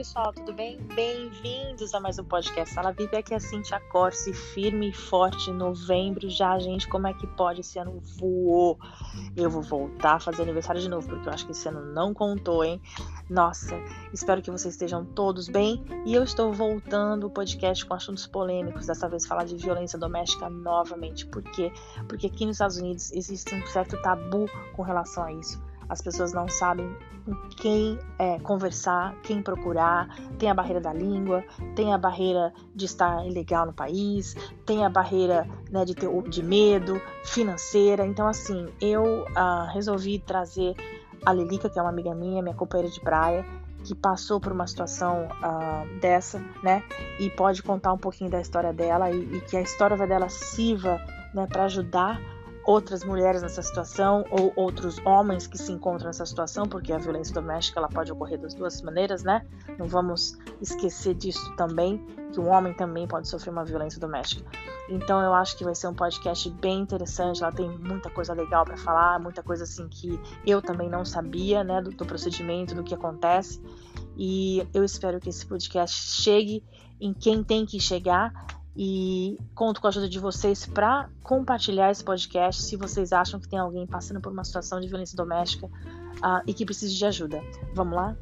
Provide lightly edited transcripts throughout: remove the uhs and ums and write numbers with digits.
pessoal, tudo bem? Bem-vindos a mais um podcast Sala VIP. Aqui é a Cintia Corsi, firme e forte. Novembro já, gente, como é que pode? Esse ano voou. Eu vou voltar a fazer aniversário de novo, porque eu acho que esse ano não contou, hein? Nossa, espero que vocês estejam todos bem. E eu estou voltando o podcast com assuntos polêmicos, dessa vez falar de violência doméstica novamente. Por quê? Porque aqui nos Estados Unidos existe um certo tabu com relação a isso. As pessoas não sabem com quem conversar, quem procurar. Tem a barreira da língua, tem a barreira de estar ilegal no país, tem a barreira, né, de medo, financeira. Então, assim, eu resolvi trazer a Lilica, que é uma amiga minha companheira de praia, que passou por uma situação dessa, né, e pode contar um pouquinho da história dela e que a história dela sirva, né, para ajudar outras mulheres nessa situação ou outros homens que se encontram nessa situação, porque a violência doméstica ela pode ocorrer das duas maneiras, né? Não vamos esquecer disso também, que um homem também pode sofrer uma violência doméstica. Então eu acho que vai ser um podcast bem interessante, ela tem muita coisa legal para falar, muita coisa assim que eu também não sabia, né, do procedimento, do que acontece, e eu espero que esse podcast chegue em quem tem que chegar. E conto com a ajuda de vocês para compartilhar esse podcast se vocês acham que tem alguém passando por uma situação de violência doméstica e que precise de ajuda. Vamos lá?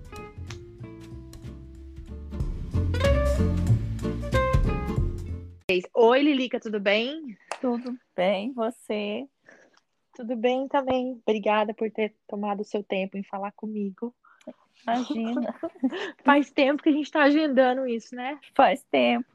Oi, Lilica, tudo bem? Tudo bem, você? Tudo bem também. Obrigada por ter tomado o seu tempo em falar comigo. Imagina. Faz tempo que a gente está agendando isso, né? Faz tempo,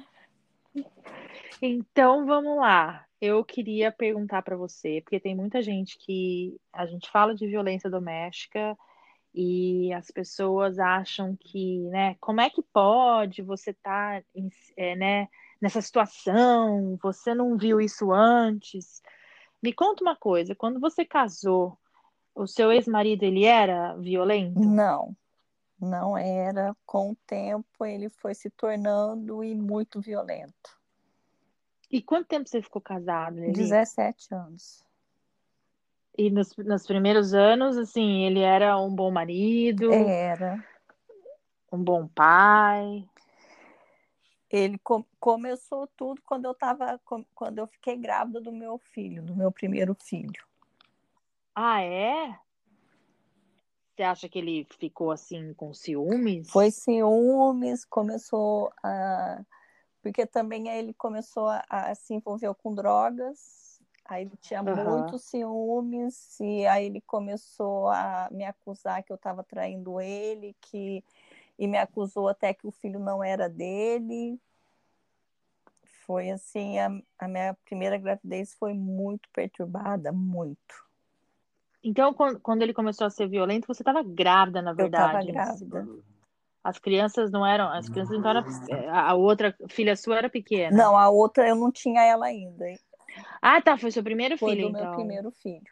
Então, vamos lá. Eu queria perguntar para você, porque tem muita gente que a gente fala de violência doméstica e as pessoas acham que, né, como é que pode você estar, né, nessa situação? Você não viu isso antes? Me conta uma coisa, quando você casou, o seu ex-marido, ele era violento? não era. Com o tempo ele foi se tornando e muito violento. E quanto tempo você ficou casado, Lili? 17 anos. E nos primeiros anos, assim, ele era um bom marido, Era. um bom pai? Ele começou tudo quando eu fiquei grávida do meu filho, do meu primeiro filho. Ah, é? Você acha que ele ficou assim com ciúmes? Foi ciúmes, porque também aí ele começou a se envolver com drogas, aí ele tinha muitos ciúmes, e aí ele começou a me acusar que eu estava traindo ele, e me acusou até que o filho não era dele. Foi assim, a minha primeira gravidez foi muito perturbada, muito. Então, quando ele começou a ser violento, você estava grávida, na Eu estava verdade. grávida. As crianças não eram. As crianças então eram. A outra filha sua era pequena. Não, a outra eu não tinha ela ainda. Ah, tá. Foi seu primeiro Foi filho, do meu então. primeiro filho.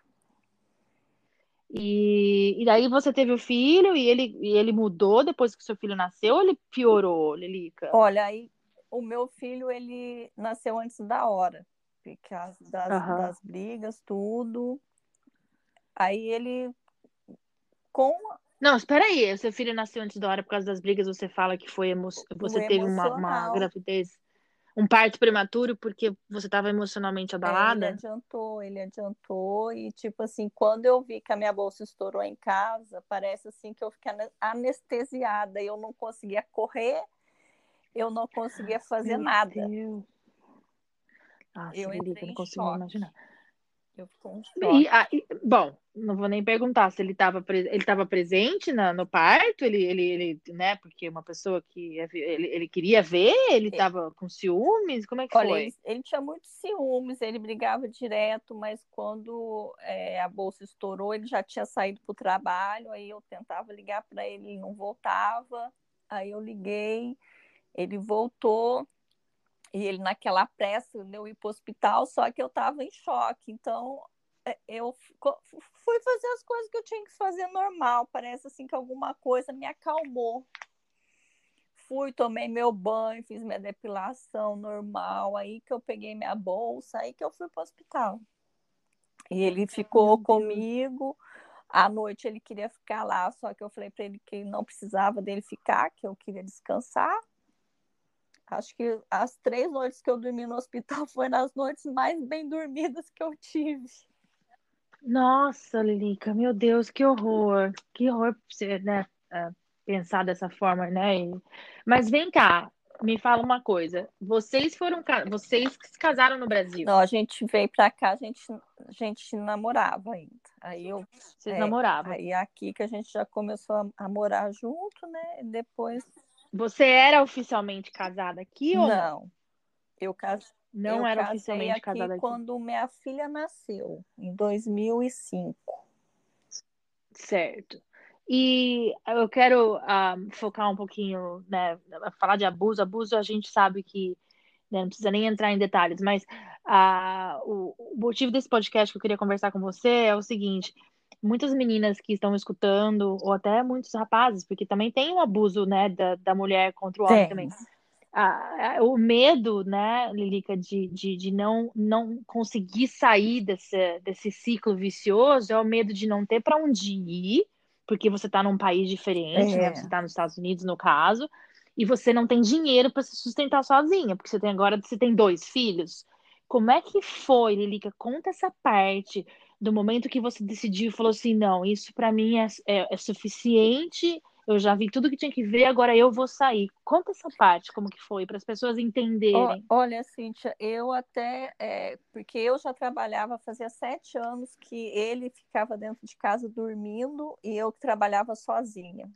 E daí você teve o filho e ele mudou depois que seu filho nasceu ou ele piorou, Lilica? Olha, aí o meu filho, ele nasceu antes da hora, por causa das brigas, tudo. Aí ele, com Não, espera aí. O seu filho nasceu antes da hora por causa das brigas. Você fala que foi o você teve uma emocional, gravidez, um parto prematuro porque você estava emocionalmente abalada? ele adiantou, e tipo assim, quando eu vi que a minha bolsa estourou em casa, parece assim que eu fiquei anestesiada, eu não conseguia correr, eu não conseguia fazer Meu nada. Deus. Nossa, Eu Lilica, eu entrei não em consigo nem choque. imaginar. Eu fiquei em choque. Bom, não vou nem perguntar se ele estava presente no parto, né? Porque uma pessoa que ele queria ver, ele estava com ciúmes, como é que Olha, foi? ele tinha muitos ciúmes, ele brigava direto, mas quando a bolsa estourou, ele já tinha saído para o trabalho, aí eu tentava ligar para ele, ele não voltava, aí eu liguei, ele voltou, e ele naquela pressa deu ir para o hospital, só que eu estava em choque, então eu fui fazer as coisas que eu tinha que fazer normal, parece assim que alguma coisa me acalmou. Fui, tomei meu banho, fiz minha depilação normal, aí que eu peguei minha bolsa, aí que eu fui para o hospital. E ele ficou comigo À noite ele queria ficar lá, só que eu falei para ele que não precisava dele ficar, que eu queria descansar. Acho que as 3 noites que eu dormi no hospital foram as noites mais bem dormidas que eu tive. Nossa, Lilica, meu Deus, que horror. Que horror você, né, pensar dessa forma, né? Mas vem cá, me fala uma coisa. Vocês que se casaram no Brasil. Não, a gente veio para cá, a gente namorava ainda. Vocês namoravam. Aí aqui que a gente já começou a morar junto, né? E depois. Você era oficialmente casada aqui ou não? Não, eu casei. Não Eu era casei oficialmente aqui casada aqui. quando minha filha nasceu, em 2005. Certo. E eu quero focar um pouquinho, né, falar de abuso. Abuso a gente sabe que, né, não precisa nem entrar em detalhes, mas o motivo desse podcast que eu queria conversar com você é o seguinte: muitas meninas que estão escutando, ou até muitos rapazes, porque também tem o abuso, né, da mulher contra o homem também. Tem. O medo, né, Lilica, de não conseguir sair desse ciclo vicioso é o medo de não ter para onde ir, porque você está num país diferente, né? Você É. está nos Estados Unidos, no caso, e você não tem dinheiro para se sustentar sozinha, porque você tem 2 filhos. Como é que foi, Lilica? Conta essa parte do momento que você decidiu e falou assim, não, isso para mim é suficiente. Eu já vi tudo que tinha que ver, agora eu vou sair. Conta essa parte, como que foi, para as pessoas entenderem. Olha, Cíntia, eu até, porque eu já trabalhava, fazia 7 anos que ele ficava dentro de casa dormindo e eu que trabalhava sozinha.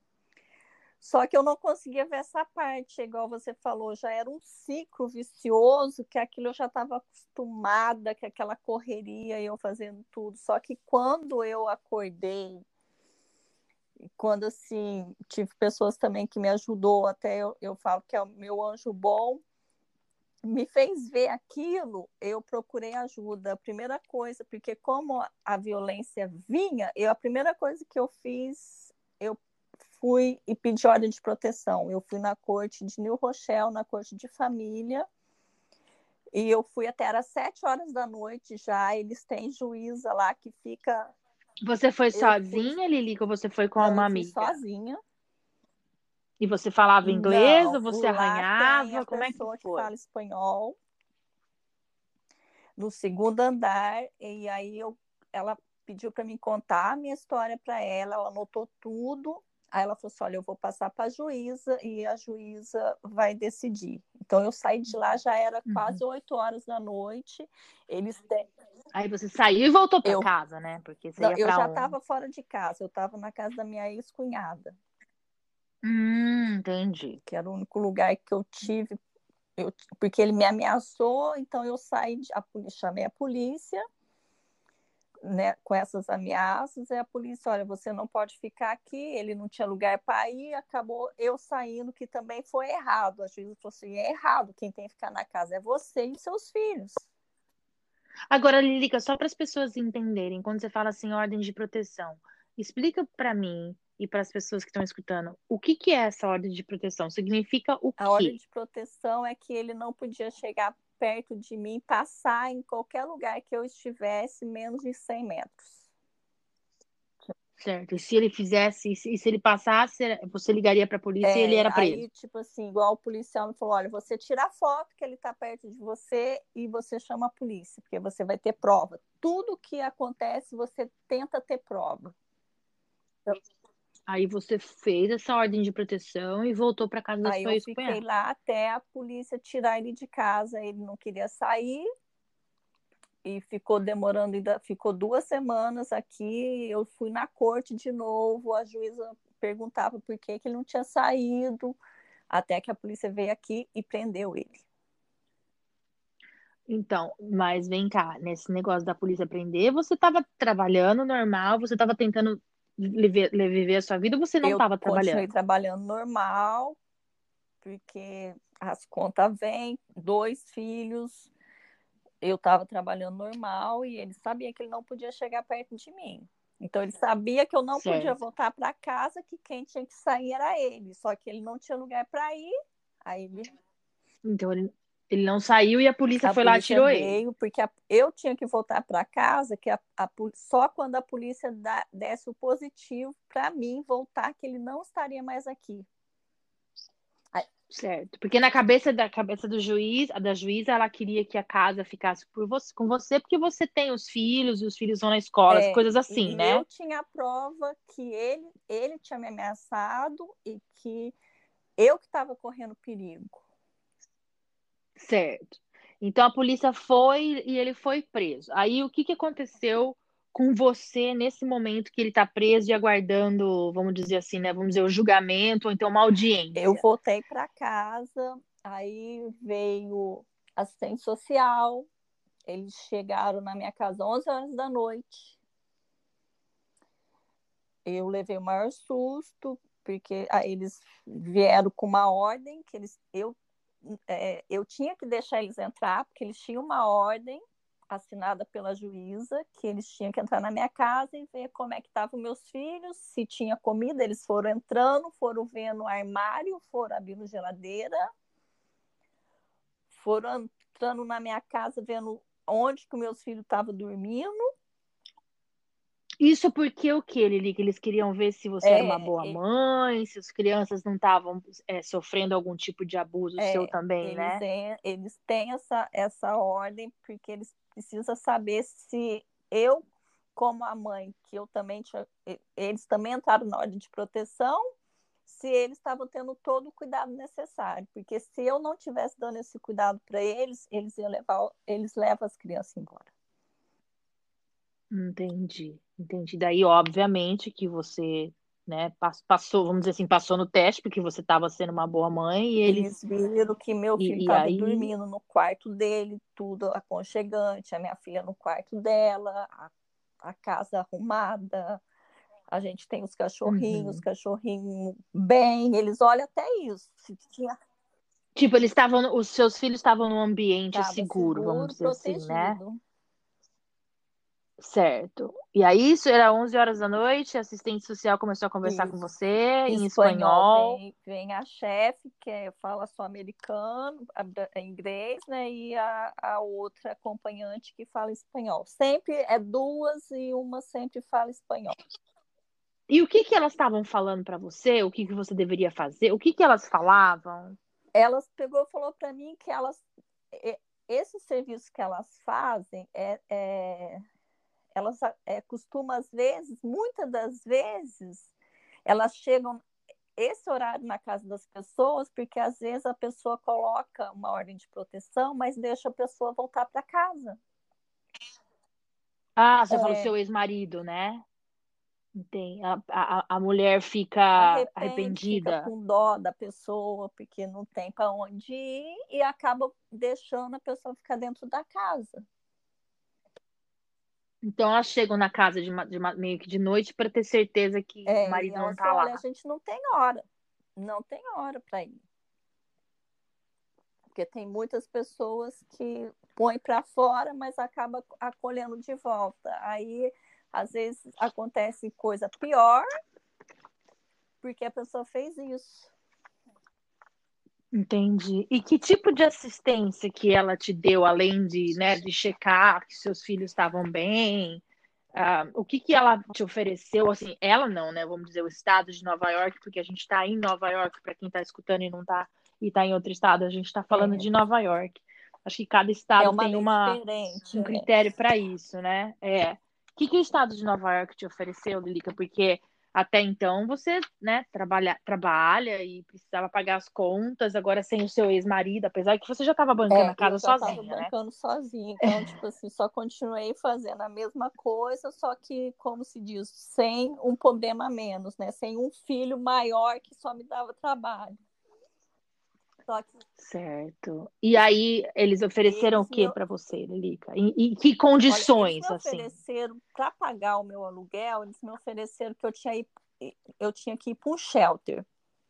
Só que eu não conseguia ver essa parte, igual você falou, já era um ciclo vicioso, que aquilo eu já estava acostumada, que aquela correria, eu fazendo tudo. Só que quando eu acordei, quando assim, tive pessoas também que me ajudou, até eu falo que é o meu anjo bom, me fez ver aquilo, eu procurei ajuda. A primeira coisa, porque como a violência vinha, a primeira coisa que eu fiz, eu fui e pedi ordem de proteção. Eu fui na corte de New Rochelle, na corte de família, e eu fui até às 7 horas da noite já. Eles têm juíza lá que fica. Você foi Eu fui. sozinha, Lilica, ou você foi com Não, eu uma fui amiga? sozinha. E você falava inglês Não, ou você lá tem a arranhava? Como é que pessoa que foi? fala espanhol no segundo andar, e aí ela pediu para me contar a minha história para ela, ela anotou tudo. Aí ela falou assim: olha, eu vou passar para a juíza e a juíza vai decidir. Então eu saí de lá, já era Uhum. quase 8 horas da noite. Eles têm. Aí você saiu e voltou para Eu, casa, né? Porque você não, ia eu para já onde? estava fora de casa, eu estava na casa da minha ex-cunhada, Entendi. que era o único lugar que eu tive, porque ele me ameaçou, então eu saí, chamei a polícia, né, com essas ameaças, e a polícia, olha, você não pode ficar aqui, ele não tinha lugar para ir, acabou eu saindo, que também foi errado. A juíza falou assim: é errado, quem tem que ficar na casa é você e seus filhos. Agora, Lilica, só para as pessoas entenderem, quando você fala assim, ordem de proteção, explica para mim e para as pessoas que estão escutando, o que que é essa ordem de proteção? Significa o A ordem quê? de proteção é que ele não podia chegar perto de mim, passar em qualquer lugar que eu estivesse menos de 100 metros. Certo. E se ele fizesse, e se ele passasse, você ligaria para a polícia e ele era preso. Aí, tipo assim, igual o policial me falou: olha, você tira a foto que ele está perto de você e você chama a polícia, porque você vai ter prova. Tudo que acontece, você tenta ter prova. Aí você fez essa ordem de proteção e voltou para casa da Aí sua eu fiquei ex-cunhada. lá até a polícia tirar ele de casa. Ele não queria sair e ficou demorando, ainda ficou 2 semanas aqui. Eu fui na corte de novo, a juíza perguntava por que ele não tinha saído, até que a polícia veio aqui e prendeu ele. Então, mas vem cá, nesse negócio da polícia prender, você estava trabalhando normal, você estava tentando viver a sua vida, ou você não Eu estava continuei trabalhando? trabalhando normal, porque as contas vêm, 2 filhos, eu estava trabalhando normal e ele sabia que ele não podia chegar perto de mim. Então ele sabia que eu não podia Certo. voltar para casa, que quem tinha que sair era ele, só que ele não tinha lugar para ir. Aí ele... Então, Ele não saiu e a polícia A foi lá e polícia tirou ele. veio, porque eu tinha que voltar para casa, que só quando a polícia desse o positivo para mim voltar, que ele não estaria mais aqui. Certo. Porque na cabeça do juiz, da juíza, ela queria que a casa ficasse com você, porque você tem os filhos, e os filhos vão na escola, coisas assim, e né? eu tinha a prova que ele tinha me ameaçado e que eu que estava correndo perigo. Certo. Então a polícia foi e ele foi preso. Aí o que que aconteceu com você nesse momento que ele está preso e aguardando, vamos dizer assim, né? Vamos dizer, o julgamento ou então uma Eu audiência? voltei para casa, aí veio assistente social, eles chegaram na minha casa 11 horas da noite. Eu levei o maior susto, porque aí eles vieram com uma ordem que eu tinha que deixar eles entrar, porque eles tinham uma ordem assinada pela juíza, que eles tinham que entrar na minha casa e ver como é que estavam meus filhos, se tinha comida. Eles foram entrando, foram vendo o armário, foram abrindo geladeira, foram entrando na minha casa, vendo onde que meus filhos estavam dormindo. Isso porque o que, Lili? Que eles queriam ver se você era uma boa É, mãe, se as crianças não estavam sofrendo algum tipo de abuso seu também, né? eles têm essa ordem porque eles precisam saber se eu, como a mãe, que eu também tinha, eles também entraram na ordem de proteção, se eles estavam tendo todo o cuidado necessário, porque se eu não tivesse dando esse cuidado para eles levam as crianças embora. Entendi, entendi. Daí, obviamente, que você, né, passou, vamos dizer assim, passou no teste, porque você estava sendo uma boa mãe, e Eles viram que meu filho e estava aí, dormindo no quarto dele, tudo aconchegante, a minha filha no quarto dela, a casa arrumada, a gente tem os uhum. cachorrinhos bem, eles olham até isso. Se tinha, Tipo, os seus filhos estavam num ambiente estava seguro, vamos seguro, dizer assim, né? protegido. Certo. E aí, isso era 11 horas da noite, a assistente social começou a conversar com Isso. você em Espanhol, espanhol. vem a chefe, fala só americano, inglês, né? E a outra acompanhante que fala espanhol. Sempre é duas e uma sempre fala espanhol. E o que que elas estavam falando para você? O que que você deveria fazer? O que que elas falavam? Elas pegou e falou para mim que esse serviço que elas fazem elas costumam às vezes, muitas das vezes, elas chegam esse horário na casa das pessoas, porque às vezes a pessoa coloca uma ordem de proteção, mas deixa a pessoa voltar para casa. Ah, você falou É, seu ex-marido, né? Entendi. A mulher fica arrepende, fica arrependida. com dó da pessoa, porque não tem para onde ir e acaba deixando a pessoa ficar dentro da casa. Então elas chegam na casa meio que de noite para ter certeza que o E marido não ela tá falou: olha, a lá. gente não tem hora para ir. Porque tem muitas pessoas que põem para fora, mas acaba acolhendo de volta. Aí, às vezes, acontece coisa pior, porque a pessoa fez isso. Entendi. E que tipo de assistência que ela te deu, além de, né, de checar que seus filhos estavam bem? O que que ela te ofereceu? Assim, ela não, né? Vamos dizer, o estado de Nova York, porque a gente está em Nova York, para quem está escutando e não está e tá em outro estado, a gente está falando É, de Nova York. Acho que cada é estado uma tem lei diferente. um critério para isso, né? O que que o estado de Nova York te ofereceu, Lilica? Porque até então você, né, trabalha e precisava pagar as contas, agora sem o seu ex-marido, apesar que você já estava bancando a Eu casa já estava sozinha, né? bancando sozinha, então, tipo assim, só continuei fazendo a mesma coisa, só que, como se diz, sem um problema a menos, né? Sem um filho maior que só me dava trabalho. Só que Certo. E aí, eles ofereceram o eles me, que para você, Lilica? E que olha, eles me condições, assim? ofereceram para pagar o meu aluguel, eles me ofereceram que eu tinha que ir para um shelter.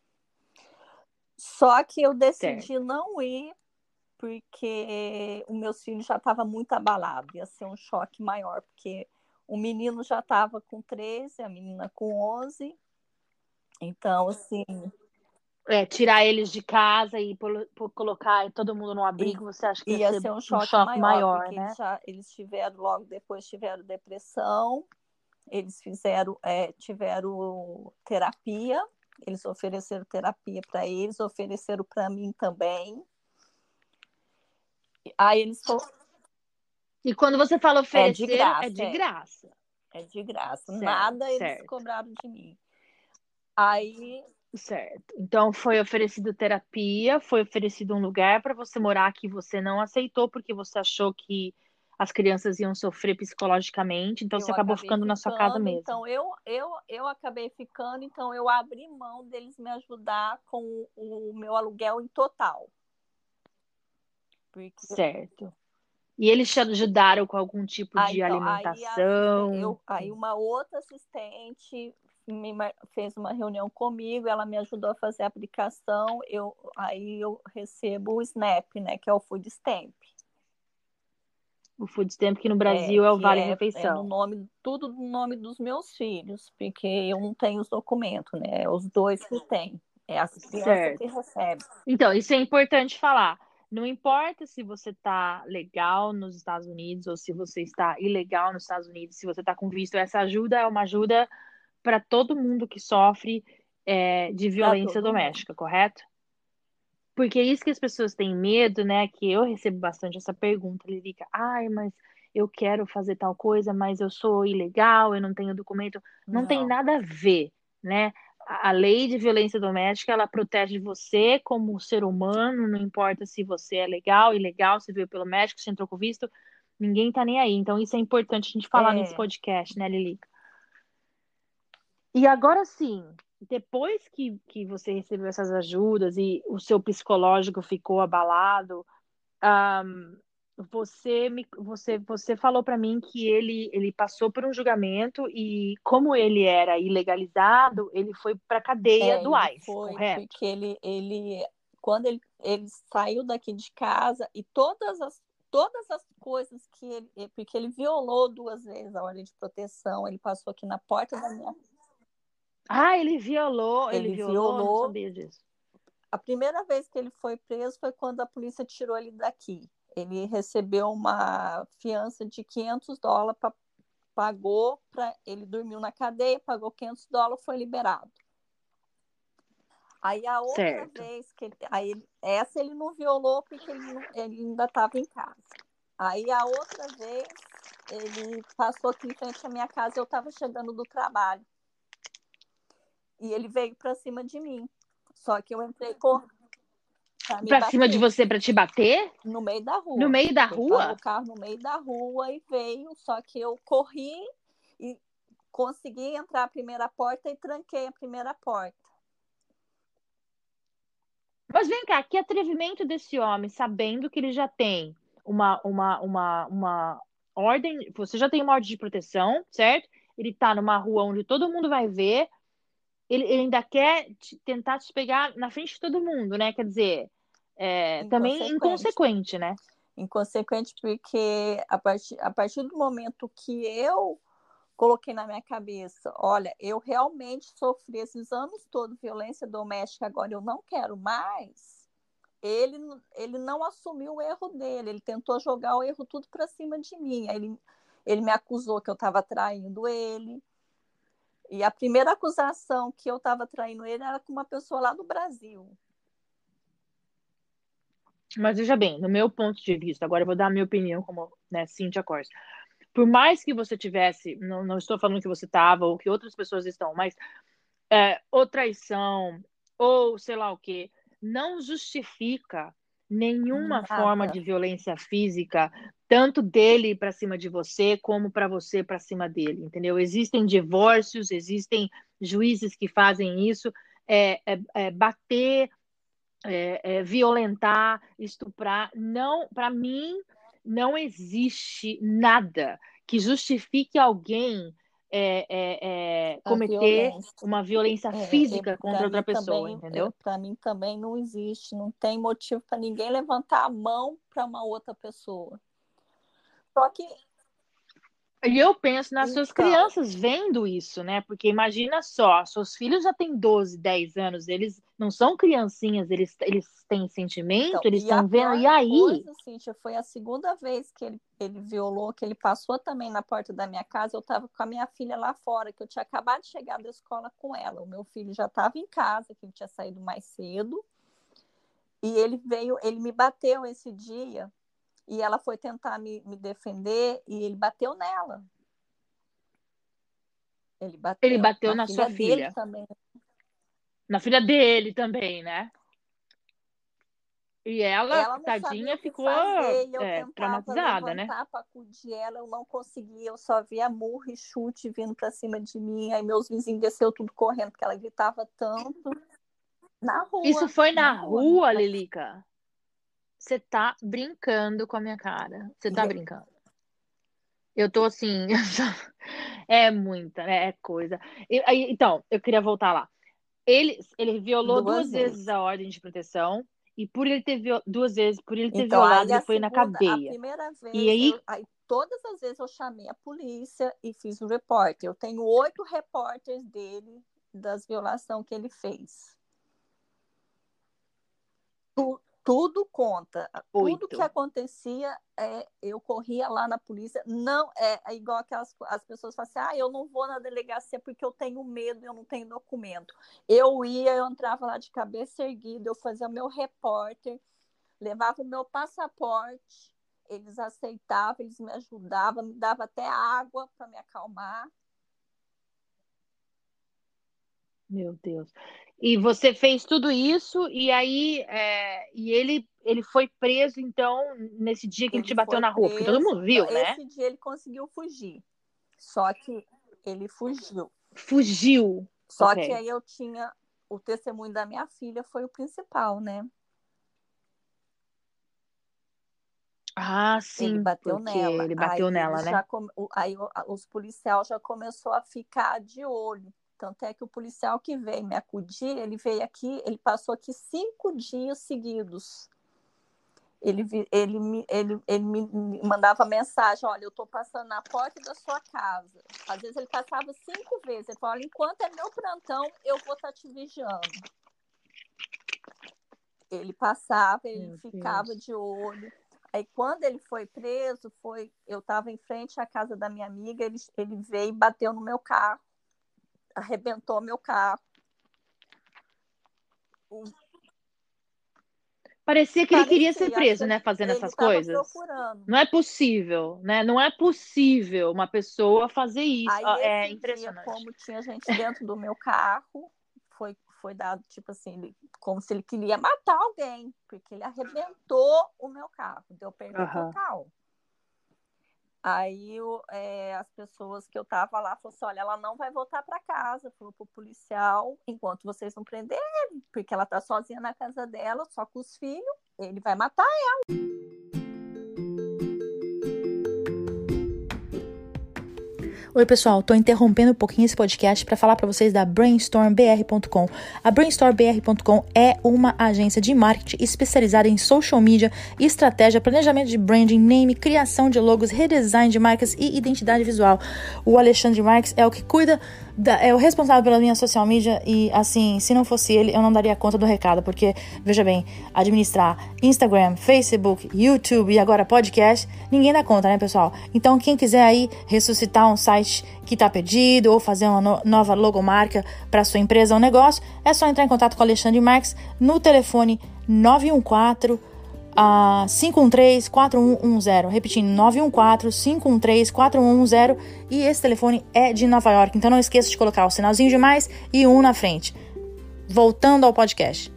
Só que eu decidi Certo. não ir porque o meu filho já estava muito abalado, ia ser um choque maior, porque o menino já estava com 13, a menina com 11. Então, assim, tirar eles de casa e colocar todo mundo no abrigo, você acha que ia ser ser um um choque choque maior, porque né? eles tiveram, logo depois tiveram depressão, eles tiveram terapia, eles ofereceram terapia para eles, ofereceram para mim também. Aí eles E quando você fala ofereceram, graça, é de graça. É de graça. Certo, Nada eles certo. cobraram de mim. Aí. Certo. Então foi oferecido terapia, foi oferecido um lugar para você morar que você não aceitou porque você achou que as crianças iam sofrer psicologicamente, então você acabou ficando na sua casa mesmo. Então eu acabei ficando, então eu abri mão deles me ajudar com o meu aluguel em total. Certo. E eles te ajudaram com algum tipo de alimentação? Aí uma outra assistente fez uma reunião comigo, ela me ajudou a fazer a aplicação, aí eu recebo o SNAP, né, que é o Food Stamp. O Food Stamp que no Brasil é o Vale Refeição. Tudo no nome dos meus filhos, porque eu não tenho os documentos, né? Os dois que têm. É as crianças que recebem. Então, isso é importante falar. Não importa se você está legal nos Estados Unidos ou se você está ilegal nos Estados Unidos, se você está com visto, essa ajuda é uma ajuda para todo mundo que sofre de violência doméstica, correto? Porque é isso que as pessoas têm medo, né? Que eu recebo bastante essa pergunta, Lilica. Ai, mas eu quero fazer tal coisa, mas eu sou ilegal, eu não tenho documento. Não tem nada a ver, né? A lei de violência doméstica, ela protege você como ser humano, não importa se você é legal, ilegal, se veio pelo médico, se entrou com visto, ninguém tá nem aí. Então, isso é importante a gente falar nesse podcast, né, Lilica? E agora sim, depois que você recebeu essas ajudas e o seu psicológico ficou abalado, você falou para mim que ele passou por um julgamento e como ele era ilegalizado, ele foi para a cadeia do ICE, correto? Porque quando ele saiu daqui de casa e todas as coisas porque ele violou 2 vezes a ordem de proteção, ele passou aqui na porta da minha. Ele violou, não sabia disso. A primeira vez que ele foi preso foi quando a polícia tirou ele daqui. Ele recebeu uma fiança de $500, pagou, ele dormiu na cadeia, pagou $500, foi liberado. Aí a outra vez essa ele não violou porque ele ainda estava em casa. Aí a outra vez ele passou aqui em frente à minha casa, eu estava chegando do trabalho. E ele veio para cima de mim. Só que eu entrei para cima de você para te bater? No meio da rua. No meio da rua? Parou o carro no meio da rua e veio, só que eu corri e consegui entrar a primeira porta e tranquei a primeira porta. Mas vem cá, que atrevimento desse homem, sabendo que ele já tem uma ordem, você já tem uma ordem de proteção, certo? Ele tá numa rua onde todo mundo vai ver, ele ainda quer tentar te pegar na frente de todo mundo, né? Quer dizer, também inconsequente, né? Inconsequente porque a partir do momento que eu coloquei na minha cabeça, olha, eu realmente sofri esses anos todos violência doméstica, agora eu não quero mais. Ele não assumiu o erro dele, ele tentou jogar o erro tudo para cima de mim. Ele me acusou que eu estava traindo ele. E a primeira acusação que eu estava traindo ele era com uma pessoa lá do Brasil. Mas veja bem, no meu ponto de vista, agora eu vou dar a minha opinião como, né, Cíntia Corsa. Por mais que você tivesse, não estou falando que você estava ou que outras pessoas estão, mas ou traição, ou sei lá o quê, não justifica nenhuma forma de violência física, tanto dele para cima de você, como para você para cima dele, entendeu? Existem divórcios, existem juízes que fazem isso, bater, violentar, estuprar. Não, para mim, não existe nada que justifique alguém cometer uma violência física contra outra pessoa, entendeu? Para mim também não existe, não tem motivo para ninguém levantar a mão para uma outra pessoa. Só que E eu penso nas suas Então, crianças vendo isso, né? Porque imagina só, seus filhos já têm 12, 10 anos, eles não são criancinhas, eles têm sentimento, eles e a estão vendo, e pior aí? coisa, Cíntia, foi a segunda vez que ele violou, que ele passou também na porta da minha casa. Eu estava com a minha filha lá fora, que eu tinha acabado de chegar da escola com ela. O meu filho já estava em casa, que ele tinha saído mais cedo. E ele me bateu esse dia, e ela foi tentar me defender, e ele bateu nela. Ele Ele bateu bateu na na sua filha dele filha, também. na filha dele também, né? E ela, Ela não sabia tadinha, o que ficou fazer e eu tentava traumatizada, né? levantar para acudir ela, eu não conseguia, eu só via murro e chute vindo para cima de mim. Aí meus vizinhos desceu tudo correndo, porque ela gritava tanto. Na Isso rua, foi na na rua, na rua, casa. Lilica. Você tá brincando com a minha cara. Você tá E brincando. Eu tô assim. É muita, né? É coisa. Então, eu queria voltar lá. Ele violou duas duas vezes. vezes a ordem de proteção. E por ele ter duas vezes, por ele ter Então, violado, aí ele foi na a cadeia. primeira E vez, aí, aí todas as vezes eu chamei a polícia e fiz o repórter. Eu tenho 8 repórteres dele das violações que ele fez. Tudo conta. Tudo que 8. acontecia, eu corria lá na polícia. Não é igual as pessoas falam assim: eu não vou na delegacia porque eu tenho medo, eu não tenho documento. Eu entrava lá de cabeça erguida, eu fazia o meu repórter, levava o meu passaporte, eles aceitavam, eles me ajudavam, me davam até água para me acalmar. Meu Deus. E você fez tudo isso, e aí ele foi preso, então, nesse dia que ele Ele te bateu foi na rua, porque todo preso. mundo Não, viu, né? esse dia ele conseguiu fugir. Só que ele fugiu. Fugiu. Só que Ok. aí eu tinha o testemunho da minha filha, foi o principal, né? Ah, Ele sim, bateu porque nela. ele bateu Aí nela, eles né? já aí os policiais já começou a ficar de olho. Tanto é que o policial que veio me acudir, ele veio aqui, ele passou aqui 5 dias seguidos. Ele me mandava mensagem: olha, eu estou passando na porta da sua casa. Às vezes ele passava 5 vezes. Ele falou: olha, enquanto é meu plantão, eu vou estar te vigiando. Ele passava, ele Meu ficava Deus. de olho. Aí, quando ele foi preso, eu estava em frente à casa da minha amiga, ele veio e bateu no meu carro, arrebentou meu carro. Parecia que ele queria ser Parecia, acho que preso, né, fazendo ele essas estava coisas. procurando. Não é possível, né? Não é possível uma pessoa fazer isso. Aí, É esse dia, impressionante. como tinha gente dentro do meu carro, foi dado, tipo assim, como se ele queria matar alguém, porque ele arrebentou o meu carro, deu perda Aham. total. Aí as pessoas que eu tava lá falaram assim: olha, ela não vai voltar para casa, falou pro policial, enquanto vocês não prenderem, porque ela tá sozinha na casa dela, só com os filhos, ele vai matar. Oi, pessoal, estou interrompendo um pouquinho esse podcast para falar para vocês da BrainstormBR.com. A BrainstormBR.com é uma agência de marketing especializada em social media, estratégia, planejamento de branding, name, criação de logos, redesign de marcas e identidade visual. O Alexandre Marques é o que cuida, é o responsável pela minha social media e, assim, se não fosse ele, eu não daria conta do recado, porque, veja bem, administrar Instagram, Facebook, YouTube e agora podcast, ninguém dá conta, né, pessoal? Então, quem quiser aí ressuscitar um site que está perdido ou fazer uma nova logomarca para sua empresa ou negócio, é só entrar em contato com o Alexandre Marques no telefone 914 513-4110, repetindo, 914-513-4110, e esse telefone é de Nova York, então não esqueça de colocar o sinalzinho de mais e um na frente. Voltando ao podcast.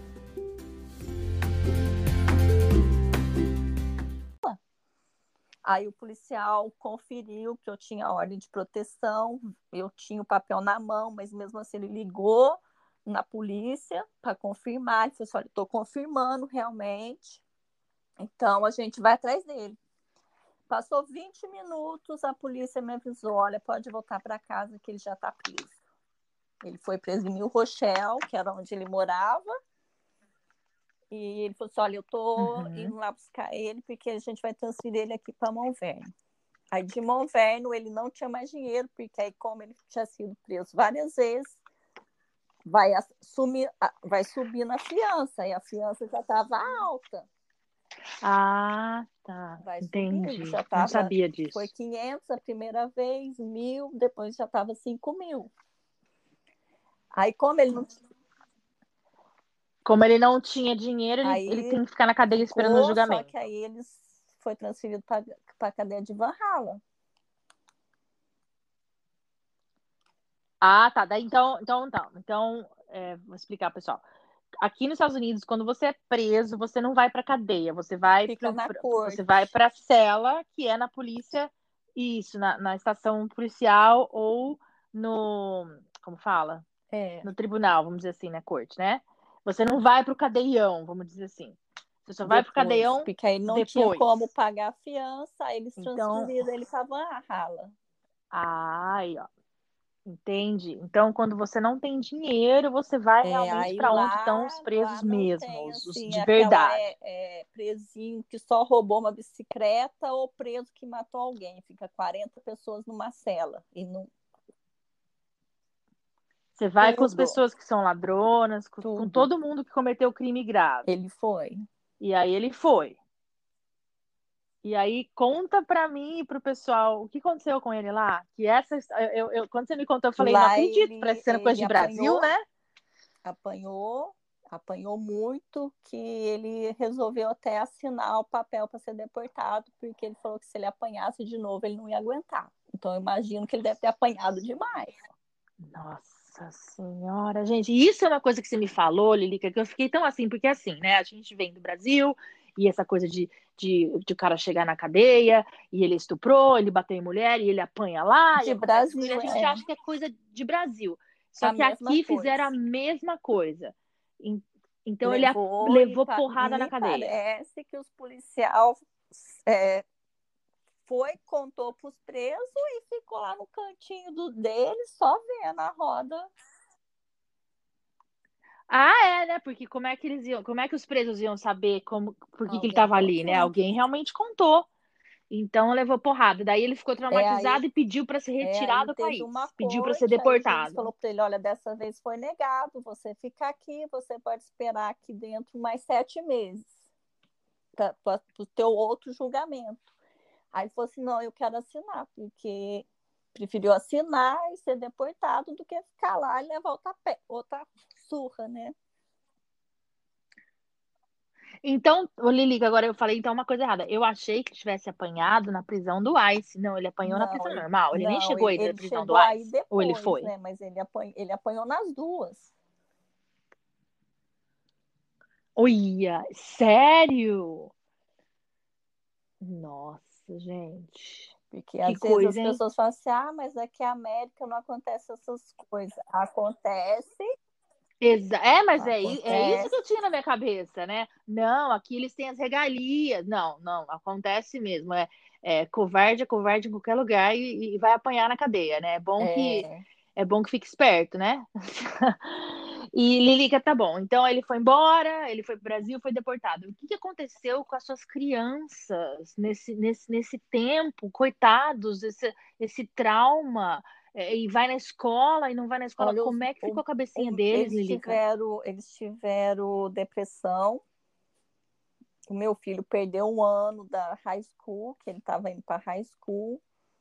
Aí o policial conferiu que eu tinha ordem de proteção, eu tinha o papel na mão, mas mesmo assim ele ligou na polícia para confirmar. Ele falou assim: olha, estou confirmando realmente, então a gente vai atrás dele. Passou 20 minutos, a polícia me avisou: olha, pode voltar para casa que ele já está preso. Ele foi preso em New Rochelle, que era onde ele morava, e ele falou assim: olha, eu estou indo lá buscar ele porque a gente vai transferir ele aqui para Mount Vernon. Aí de Monverno ele não tinha mais dinheiro, porque aí como ele tinha sido preso várias vezes, vai subir na fiança, e a fiança já estava alta. Ah, tá. Vai Entendi. subindo, já Não estava, sabia disso. foi 500 a primeira vez, 1.000, depois já estava 5.000. Aí Como ele não tinha dinheiro, aí ele tem que ficar na cadeia esperando o só julgamento. que aí ele foi transferido para a cadeia de Valhalla. Ah, tá. Daí, então, vou explicar, pessoal. Aqui nos Estados Unidos, quando você é preso, você não vai para cadeia, você vai Fica na corte. você vai para cela, que é na polícia, isso, na estação policial ou no, como fala? No tribunal, vamos dizer assim, na corte, né? Você não vai para o cadeião, vamos dizer assim. Você só vai para o cadeião porque aí não tinha depois. como pagar a fiança, aí eles Então, transferiram ele para Valhalla. aí, ó. Entende? Então, quando você não tem dinheiro, você vai realmente para onde estão os presos lá não mesmo, tem, os assim, de aquela verdade. presinho que só roubou uma bicicleta ou preso que matou alguém. Fica 40 pessoas numa cela. E não... Você vai com as Tudo. pessoas que são ladronas, com todo mundo que cometeu crime grave. Ele foi. E aí ele foi. E aí conta pra mim e pro pessoal o que aconteceu com ele lá. Que quando você me contou, eu falei, não Lá acredito, parece sendo coisa de Brasil, né? Apanhou muito, que ele resolveu até assinar o papel para ser deportado, porque ele falou que se ele apanhasse de novo, ele não ia aguentar. Então eu imagino que ele deve ter apanhado demais. Nossa Senhora, gente, isso é uma coisa que você me falou, Lilica, que eu fiquei tão assim, porque assim, né, a gente vem do Brasil, e essa coisa de o cara chegar na cadeia, e ele estuprou, ele bateu em mulher, e ele apanha lá, e De acontece com ele, Brasil, a gente acha que é coisa de Brasil. Só a que mesma aqui coisa. fizeram a mesma coisa. Então ele Levou porrada na cadeia. Parece que os policiais contou para os presos e ficou lá no cantinho dele, só vendo a roda. Ah, é, né? Porque como é que os presos iam saber por que ele estava ali, né? Alguém realmente contou. Então levou porrada. Daí ele ficou traumatizado e pediu para ser retirado do país. Pediu para ser deportado. Aí o juiz falou para ele: olha, dessa vez foi negado, você fica aqui, você pode esperar aqui dentro mais 7 meses para o teu outro julgamento. Aí ele falou assim: não, eu quero assinar, porque preferiu assinar e ser deportado do que ficar lá e levar outra surra, né? Então, Lilica, agora eu falei então uma coisa errada. Eu achei que tivesse apanhado na prisão do ICE. Não, ele apanhou na prisão normal. Ele nem chegou aí na prisão do aí ICE. depois, Ou ele foi? né? Mas ele apanhou nas duas. Olha, sério? Nossa, gente. Porque Que às vezes coisa, as hein? pessoas falam assim: ah, mas aqui na América não acontece essas coisas. Acontece. Mas é isso que eu tinha na minha cabeça, né? Não, aqui eles têm as regalias. Não, acontece mesmo. Covarde é covarde em qualquer lugar e vai apanhar na cadeia, né? É bom que fique esperto, né? E Lilica, tá bom. Então ele foi embora, ele foi pro Brasil, foi deportado. O que aconteceu com as suas crianças nesse tempo? Coitados, esse trauma. E vai na escola e não vai na escola. Olha, Como é que ficou a cabecinha deles, Lilica? eles tiveram depressão. O meu filho perdeu 1 ano da high school, que ele estava indo para high school.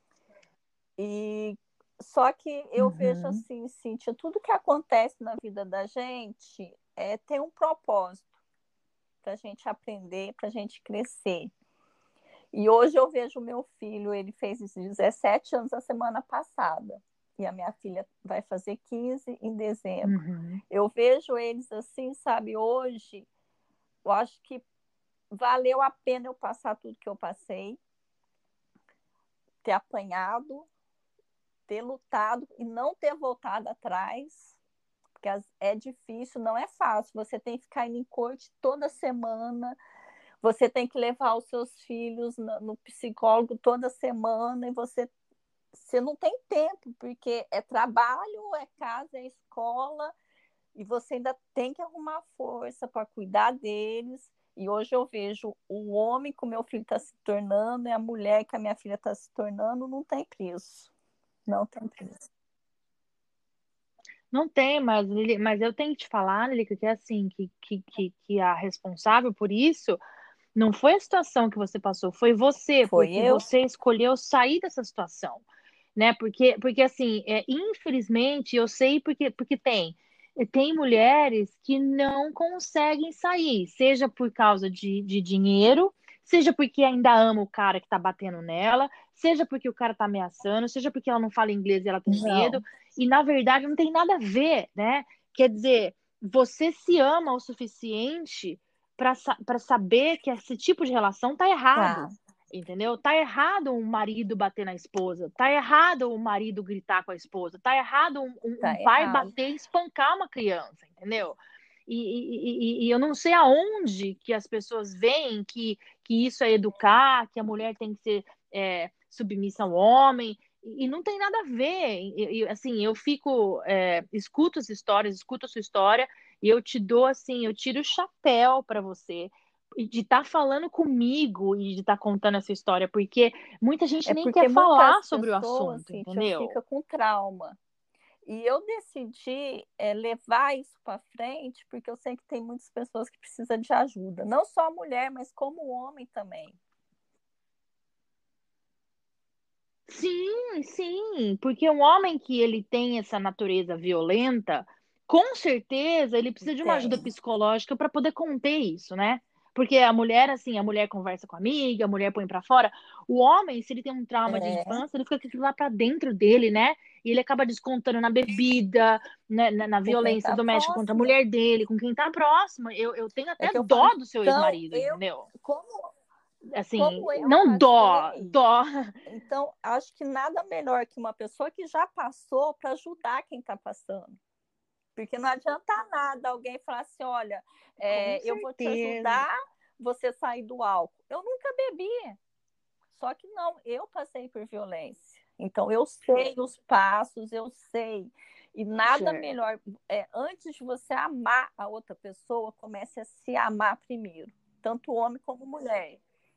E só que eu vejo assim, Cíntia, tudo que acontece na vida da gente tem um propósito para a gente aprender, para a gente crescer. E hoje eu vejo o meu filho, ele fez 17 anos a semana passada. E a minha filha vai fazer 15 em dezembro. Eu vejo eles assim, sabe, hoje, eu acho que valeu a pena eu passar tudo que eu passei, ter apanhado, ter lutado e não ter voltado atrás, porque é difícil, não é fácil. Você tem que ficar indo em corte toda semana, você tem que levar os seus filhos no psicólogo toda semana e você não tem tempo, porque é trabalho, é casa, é escola, e você ainda tem que arrumar força para cuidar deles. E hoje eu vejo o homem que o meu filho está se tornando e a mulher que a minha filha está se tornando, não tem preço. Não tem preço. Não tem, mas eu tenho que te falar, Lilica, que é assim, que a responsável por isso não foi a situação que você passou, foi você, Foi porque eu? você escolheu sair dessa situação, né? Porque assim, infelizmente, eu sei porque tem mulheres que não conseguem sair, seja por causa de dinheiro, seja porque ainda ama o cara que tá batendo nela, seja porque o cara tá ameaçando, seja porque ela não fala inglês e ela tem medo, Não. e na verdade não tem nada a ver, né? Quer dizer, você se ama o suficiente para saber que esse tipo de relação tá Tá, errado. Entendeu? Tá errado um marido bater na esposa, tá errado um marido gritar com a esposa, tá errado um tá pai errado. bater e espancar uma criança, entendeu? E eu não sei aonde que as pessoas veem que isso é educar, que a mulher tem que ser submissa ao homem, e não tem nada a ver. Assim, eu fico, escuto as histórias, escuto a sua história, e eu te dou assim, eu tiro o chapéu para você de estar falando comigo e de estar contando essa história, porque muita gente É nem porque quer muitas falar sobre o pessoas, assunto, Cíntia, entendeu? ficam com trauma. E eu decidi levar isso para frente, porque eu sei que tem muitas pessoas que precisam de ajuda. Não só a mulher, mas como o homem também. Sim, sim, porque um homem que ele tem essa natureza violenta, com certeza ele precisa de uma ajuda Tem. psicológica para poder conter isso, né? Porque a mulher, assim, a mulher conversa com a amiga, a mulher põe para fora. O homem, se ele tem um trauma de É, infância, ele fica com aquilo lá para dentro dele, né? E ele acaba descontando na bebida, né, na com quem violência está doméstica contra a próximo. mulher dele, com quem tá próximo. Eu tenho É até que eu falo, dó do seu então, ex-marido, entendeu? como, Assim, como eu não dó, passei, dó. então acho que nada melhor que uma pessoa que já passou para ajudar quem está passando. Porque não adianta nada alguém falar assim, olha, Com eu vou te certeza. ajudar você sair do álcool. Eu nunca bebi, só que não, eu passei por violência. Então eu sei os passos, eu sei. E nada Sure. melhor, antes de você amar a outra pessoa, comece a se amar primeiro, tanto homem como mulher.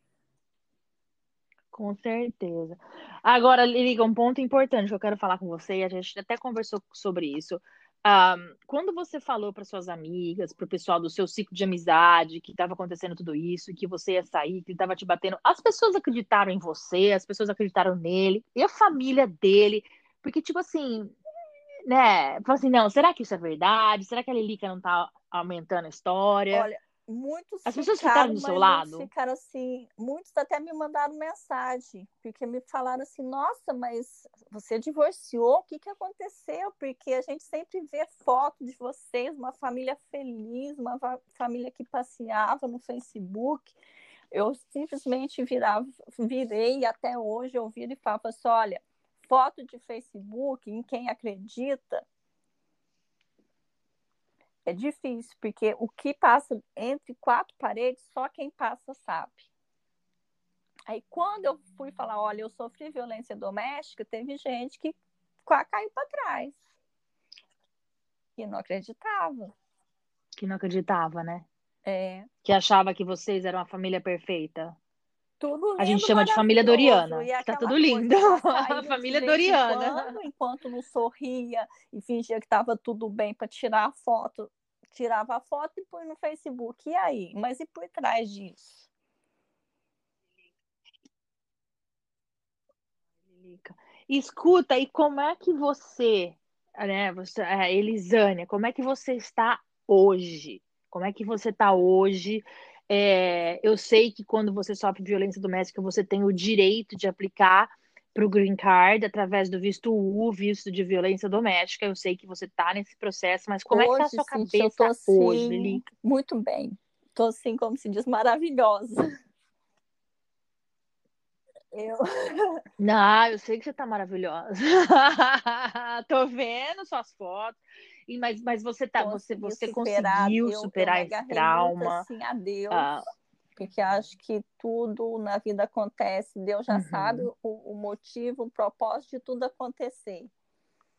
Com certeza. Agora, Lilica, um ponto importante que eu quero falar com você, e a gente até conversou sobre isso. Quando você falou para suas amigas, para o pessoal do seu ciclo de amizade, que estava acontecendo tudo isso, que você ia sair, que ele estava te batendo, as pessoas acreditaram em você, as pessoas acreditaram nele, e a família dele, porque, tipo assim, né? Fala assim, não, será que isso é verdade? Será que a Lilica não tá aumentando a história? Olha, muitos As pessoas ficaram ficaram, do seu mas muitos lado? ficaram assim, muitos até me mandaram mensagem, porque me falaram assim, nossa, mas você divorciou, o que que aconteceu? Porque a gente sempre vê foto de vocês, uma família feliz, uma família que passeava no Facebook. Eu simplesmente virei e até hoje eu viro e falo assim, olha, foto de Facebook, em quem acredita, é difícil, porque o que passa entre quatro paredes, só quem passa sabe. Aí, quando eu fui falar, olha, eu sofri violência doméstica, teve gente que caiu para trás, que não acreditava. Que não acreditava, né? É, Que achava que vocês eram a família perfeita. tudo A gente lindo, chama de família maravilhoso. Doriana, E que tá aquela tudo lindo. coisa, já A saía de família vez em Doriana. quando, enquanto não sorria e fingia que estava tudo bem para tirar a foto. Tirava a foto e põe no Facebook. E aí? Mas e por trás disso? Escuta, e como é que você, né, Elisânia, como é que você está hoje? Como é que você está hoje? Eu sei que quando você sofre violência doméstica, você tem o direito de aplicar para o Green Card através do visto U, visto de violência doméstica. Eu sei que você está nesse processo, mas como é que está a Hoje, sua Cintia, eu tô cabeça hoje, assim, Lilica? muito bem. Tô assim, como se diz, maravilhosa. Eu, Não, eu sei que você tá maravilhosa. Tô vendo suas fotos. Mas consegui você superar, conseguiu eu me superar esse agarrei muito trauma. assim a Deus, Ah, porque acho que tudo na vida acontece, Deus já sabe uhum, o motivo, o propósito de tudo acontecer.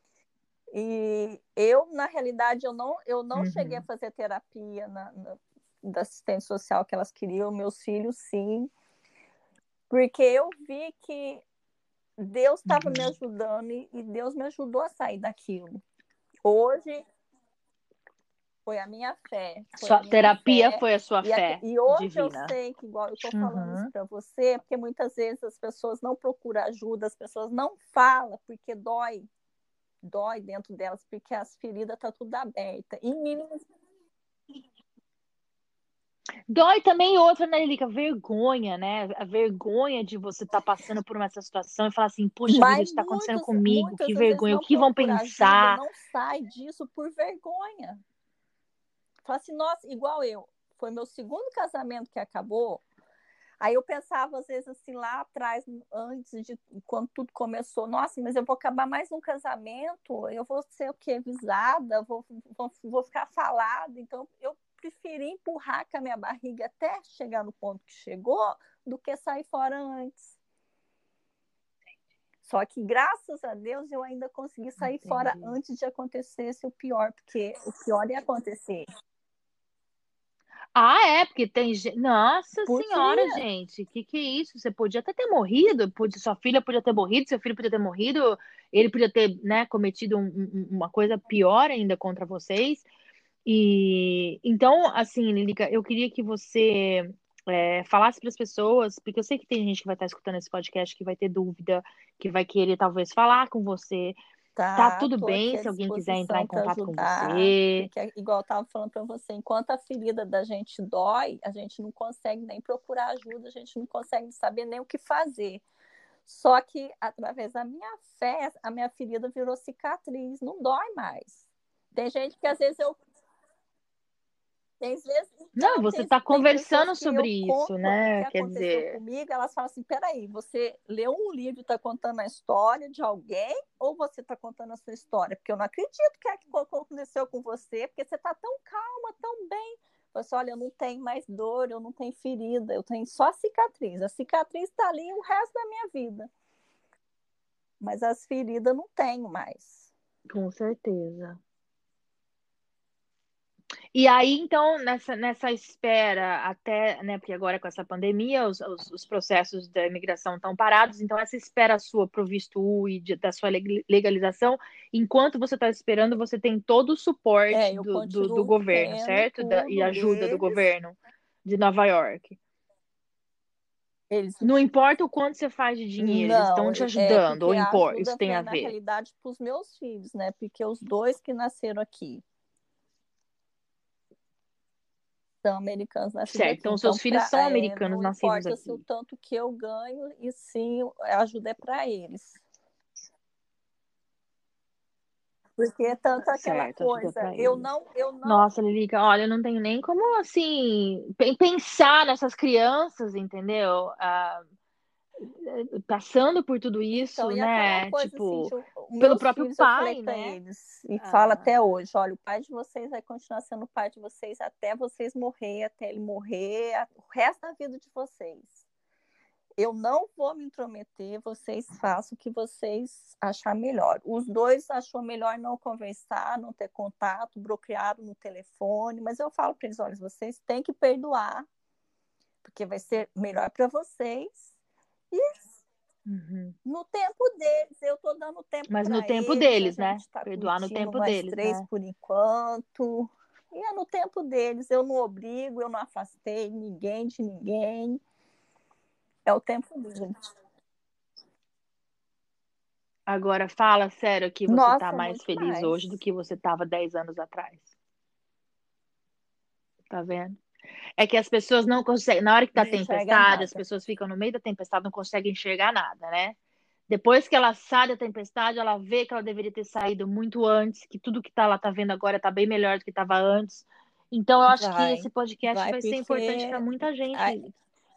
E eu, na realidade, eu não cheguei a uhum. fazer terapia da assistente social que elas queriam, meus filhos sim, porque eu vi que Deus estava me ajudando e Deus me ajudou a sair daquilo. Hoje foi a minha fé. Sua terapia foi a sua fé e hoje divina. Eu sei que, igual eu estou falando isso para você, porque muitas vezes as pessoas não procuram ajuda, as pessoas não falam, porque dói dentro delas, porque as feridas estão tudo abertas. Em mínimos. Dói também outra, né, Lilica? Vergonha, né? A vergonha de você estar passando por uma situação e falar assim, poxa vida, isso está acontecendo comigo, que vergonha, o que vão pensar? Ajuda, não sai disso por vergonha. Fala assim, nossa, igual eu. Foi meu segundo casamento que acabou. Aí eu pensava, às vezes, assim, lá atrás, antes de quando tudo começou, nossa, mas eu vou acabar mais um casamento, eu vou ser o quê? Avisada, vou ficar falada. Então, eu preferi empurrar com a minha barriga até chegar no ponto que chegou, do que sair fora antes. Só que, graças a Deus, eu ainda consegui sair fora antes de acontecer o pior, porque o pior ia acontecer. Porque tem gente. Nossa Senhora, gente, que é isso? Você podia até ter morrido, sua filha podia ter morrido, seu filho podia ter morrido, ele podia ter, né, cometido uma coisa pior ainda contra vocês. E então, assim, Lilica, eu queria que você falasse para as pessoas, porque eu sei que tem gente que vai estar escutando esse podcast que vai ter dúvida, que vai querer talvez falar com você. Tá tudo bem se alguém quiser entrar em contato com você. Porque, igual eu estava falando para você, enquanto a ferida da gente dói, a gente não consegue nem procurar ajuda, a gente não consegue saber nem o que fazer. Só que, através da minha fé, a minha ferida virou cicatriz, não dói mais. Tem gente que às vezes eu... Não, você está conversando sobre isso, né? O que aconteceu comigo, elas falam assim, peraí, você leu um livro e está contando a história de alguém ou você está contando a sua história? Porque eu não acredito que aconteceu com você, porque você está tão calma, tão bem. Você, olha, eu não tenho mais dor, eu não tenho ferida, eu tenho só cicatriz. A cicatriz está ali o resto da minha vida. Mas as feridas não tenho mais. Com certeza. E aí, então, nessa espera até, né, porque agora com essa pandemia, os processos da imigração estão parados, então essa espera sua para o visto U e da sua legalização, enquanto você está esperando, você tem todo o suporte do governo, certo? E ajuda do governo de Nova York. Não importa o quanto você faz de dinheiro, eles estão te ajudando, ou importa, isso tem a ver? Na realidade, para os meus filhos, né? Porque os 2 que nasceram aqui são americanos nascidos certo, aqui. Então, seus filhos são americanos nascidos aqui. Não importa o tanto que eu ganho, e sim, a ajuda é para eles. Porque tanto aquela coisa, eu não... Nossa, Lilica, olha, eu não tenho nem como, assim, pensar nessas crianças, entendeu? Passando por tudo isso, então, né? Coisa, tipo, assim, pelo próprio filhos, pai, eu né? Eles, e falo até hoje, olha, o pai de vocês vai continuar sendo o pai de vocês até vocês morrer, até ele morrer, o resto da vida de vocês. Eu não vou me intrometer, vocês façam o que vocês acharem melhor. Os 2 achou melhor não conversar, não ter contato, bloquearam no telefone, mas eu falo para eles, olha, vocês têm que perdoar, porque vai ser melhor para vocês. E no tempo deles, eu estou dando tempo para eles. Mas no tempo deles, né? Tá Perdoar no tempo deles, 3 né? por enquanto. E é no tempo deles, eu não obrigo, eu não afastei ninguém de ninguém. É o tempo deles. Agora, fala sério que você está mais feliz hoje do que você estava 10 anos atrás. Tá vendo? É que as pessoas não conseguem, na hora que tá tempestade, as pessoas ficam no meio da tempestade, não conseguem enxergar nada, né? Depois que ela sai da tempestade, ela vê que ela deveria ter saído muito antes, que tudo que ela tá vendo agora tá bem melhor do que estava antes. Então, eu acho que esse podcast vai ser importante para muita gente.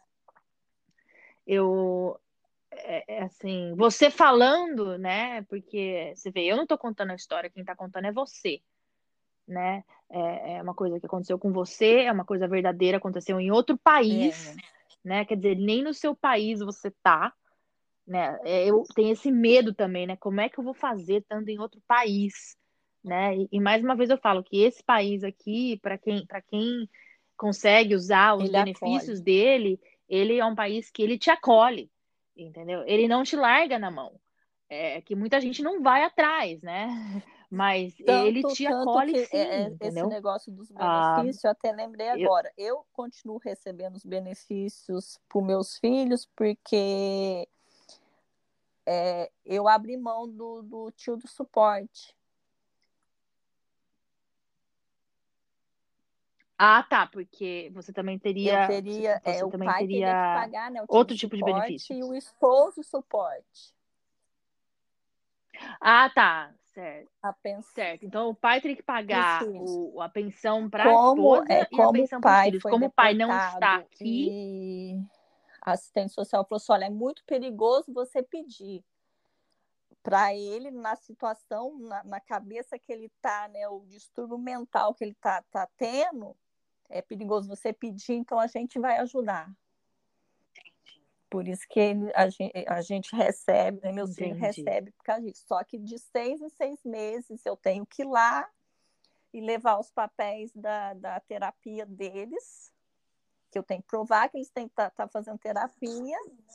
Assim, você falando, né? Porque você vê, eu não tô contando a história, quem tá contando é você, né? É uma coisa que aconteceu com você, é uma coisa verdadeira, aconteceu em outro país, né? Quer dizer, nem no seu país você tá, né? Eu tenho esse medo também, né? Como é que eu vou fazer estando em outro país, né? E mais uma vez eu falo que esse país aqui, para quem consegue usar os Ele benefícios acolhe. dele, ele é um país que ele te acolhe, entendeu? Ele não te larga na mão. Que muita gente não vai atrás, né? Mas ele te Tanto acolhe que sim, esse entendeu? negócio dos Ah, benefícios, eu até lembrei eu, agora. Eu continuo recebendo os benefícios para os meus filhos, porque eu abri mão do tio do suporte. tá, porque você também Eu teria, teria, você o também pai teria que teria pagar, né, o tio do outro tipo de suporte benefício. e o esposo suporte. Tá, certo. A pensão. Certo. Então o pai teria que pagar a pensão para a Como esposa e a o pensão para os pai filhos. foi Como o pai não está deportado aqui, e a assistente social falou assim, olha, é muito perigoso você pedir para ele, na situação, na cabeça que ele está, né, o distúrbio mental que ele tá tendo, é perigoso você pedir, então a gente vai ajudar. Por isso que a gente recebe, né, meus filhos recebem por causa disso. Só que de 6 em 6 meses eu tenho que ir lá e levar os papéis da terapia deles, que eu tenho que provar que eles têm que estar fazendo terapia.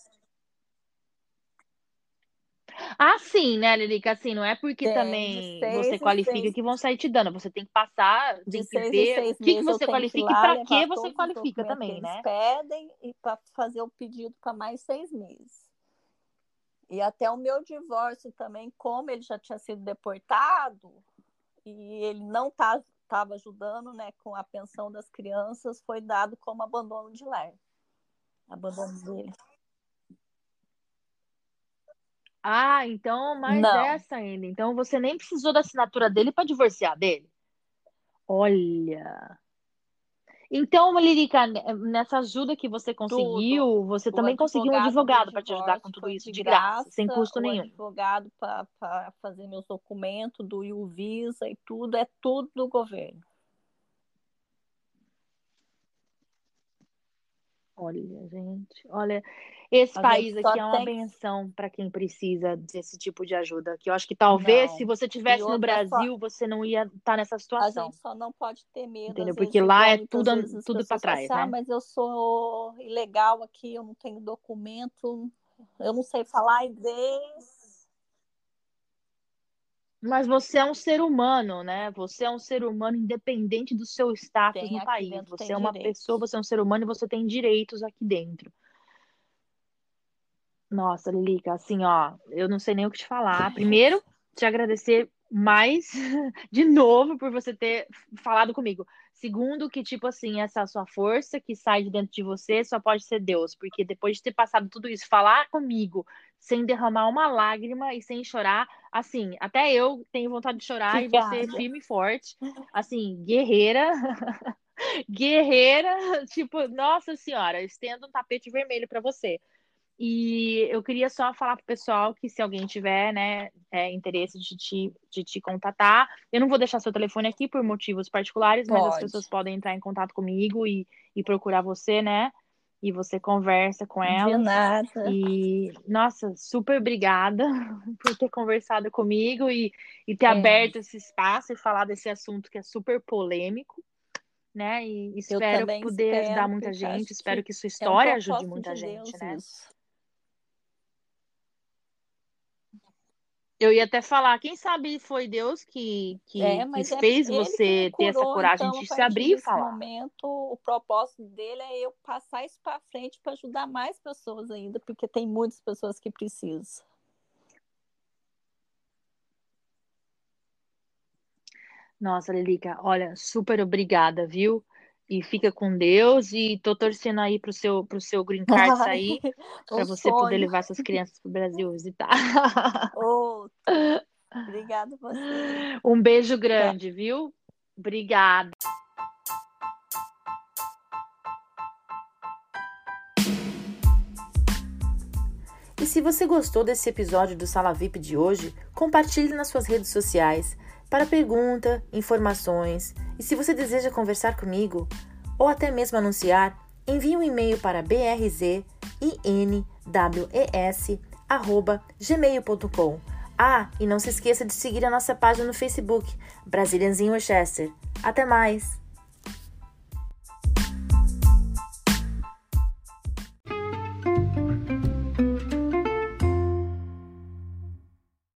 Sim, né, Lilica? Assim, não é porque também você qualifica que vão sair te dando. Você tem que passar, de tem que 6 em ver o 6 que meses eu você tenho que ir qualifica e lá para levar que você todos os qualifica documentos que também, eles né? pedem e para fazer o pedido para mais 6 meses. E até o meu divórcio também, como ele já tinha sido deportado e ele não estava ajudando, né, com a pensão das crianças, foi dado como abandono de lar. Abandono dele. Então, mais Não. essa ainda. Então, você nem precisou da assinatura dele para divorciar dele. Olha. Então, Lilica, nessa ajuda que você Tudo. conseguiu, você O também conseguiu um advogado do advogado para te ajudar com divórcio tudo foi isso de de graça, sem graça, custo o nenhum. advogado para fazer meus documentos do Iuvisa e tudo, é tudo do governo. Olha, gente, olha, esse país aqui é uma benção para quem precisa desse tipo de ajuda. Que eu acho que talvez, se você tivesse no Brasil, você não ia estar nessa A situação. gente só não pode ter medo, Entendeu? às Porque vezes, lá igual é muitas vezes as tudo para pessoas falam trás, assim, né? mas eu sou ilegal aqui, eu não tenho documento, eu não sei falar inglês. Mas você é um ser humano, né? Você é um ser humano independente do seu status no Aqui país. dentro Você tem é uma direito. pessoa, você é um ser humano e você tem direitos aqui dentro. Nossa, Lilica, assim, ó, eu não sei nem o que te falar. Primeiro, te agradecer mais de novo por você ter falado comigo. Segundo, que, tipo assim, essa sua força que sai de dentro de você só pode ser Deus, porque depois de ter passado tudo isso, falar comigo sem derramar uma lágrima e sem chorar, assim, até eu tenho vontade de chorar e você firme e forte, assim, guerreira, guerreira, tipo, nossa senhora, estendo um tapete vermelho para você. E eu queria só falar pro pessoal que se alguém tiver, né, interesse de te contatar, eu não vou deixar seu telefone aqui por motivos particulares, mas as pessoas podem entrar em contato comigo e procurar você, né? E você conversa com elas. De nada. E, nossa, super obrigada por ter conversado comigo e ter aberto esse espaço e falar desse assunto que é super polêmico, né? E espero poder ajudar muita gente, espero que sua história ajude muita gente, né? Isso. Eu ia até falar, quem sabe foi Deus que fez você ter essa coragem de se abrir e falar. Momento, o propósito dele é eu passar isso para frente para ajudar mais pessoas ainda, porque tem muitas pessoas que precisam. Nossa, Lilica, olha, super obrigada, viu? E fica com Deus e tô torcendo aí pro seu green card sair, para você poder levar suas crianças pro Brasil visitar. Obrigada a você. Um beijo grande, viu? Obrigada. E se você gostou desse episódio do Sala VIP de hoje, compartilhe nas suas redes sociais para pergunta, informações. E se você deseja conversar comigo ou até mesmo anunciar, envie um e-mail para brzynws@gmail.com. E não se esqueça de seguir a nossa página no Facebook, Brazilians in Worcester. Até mais!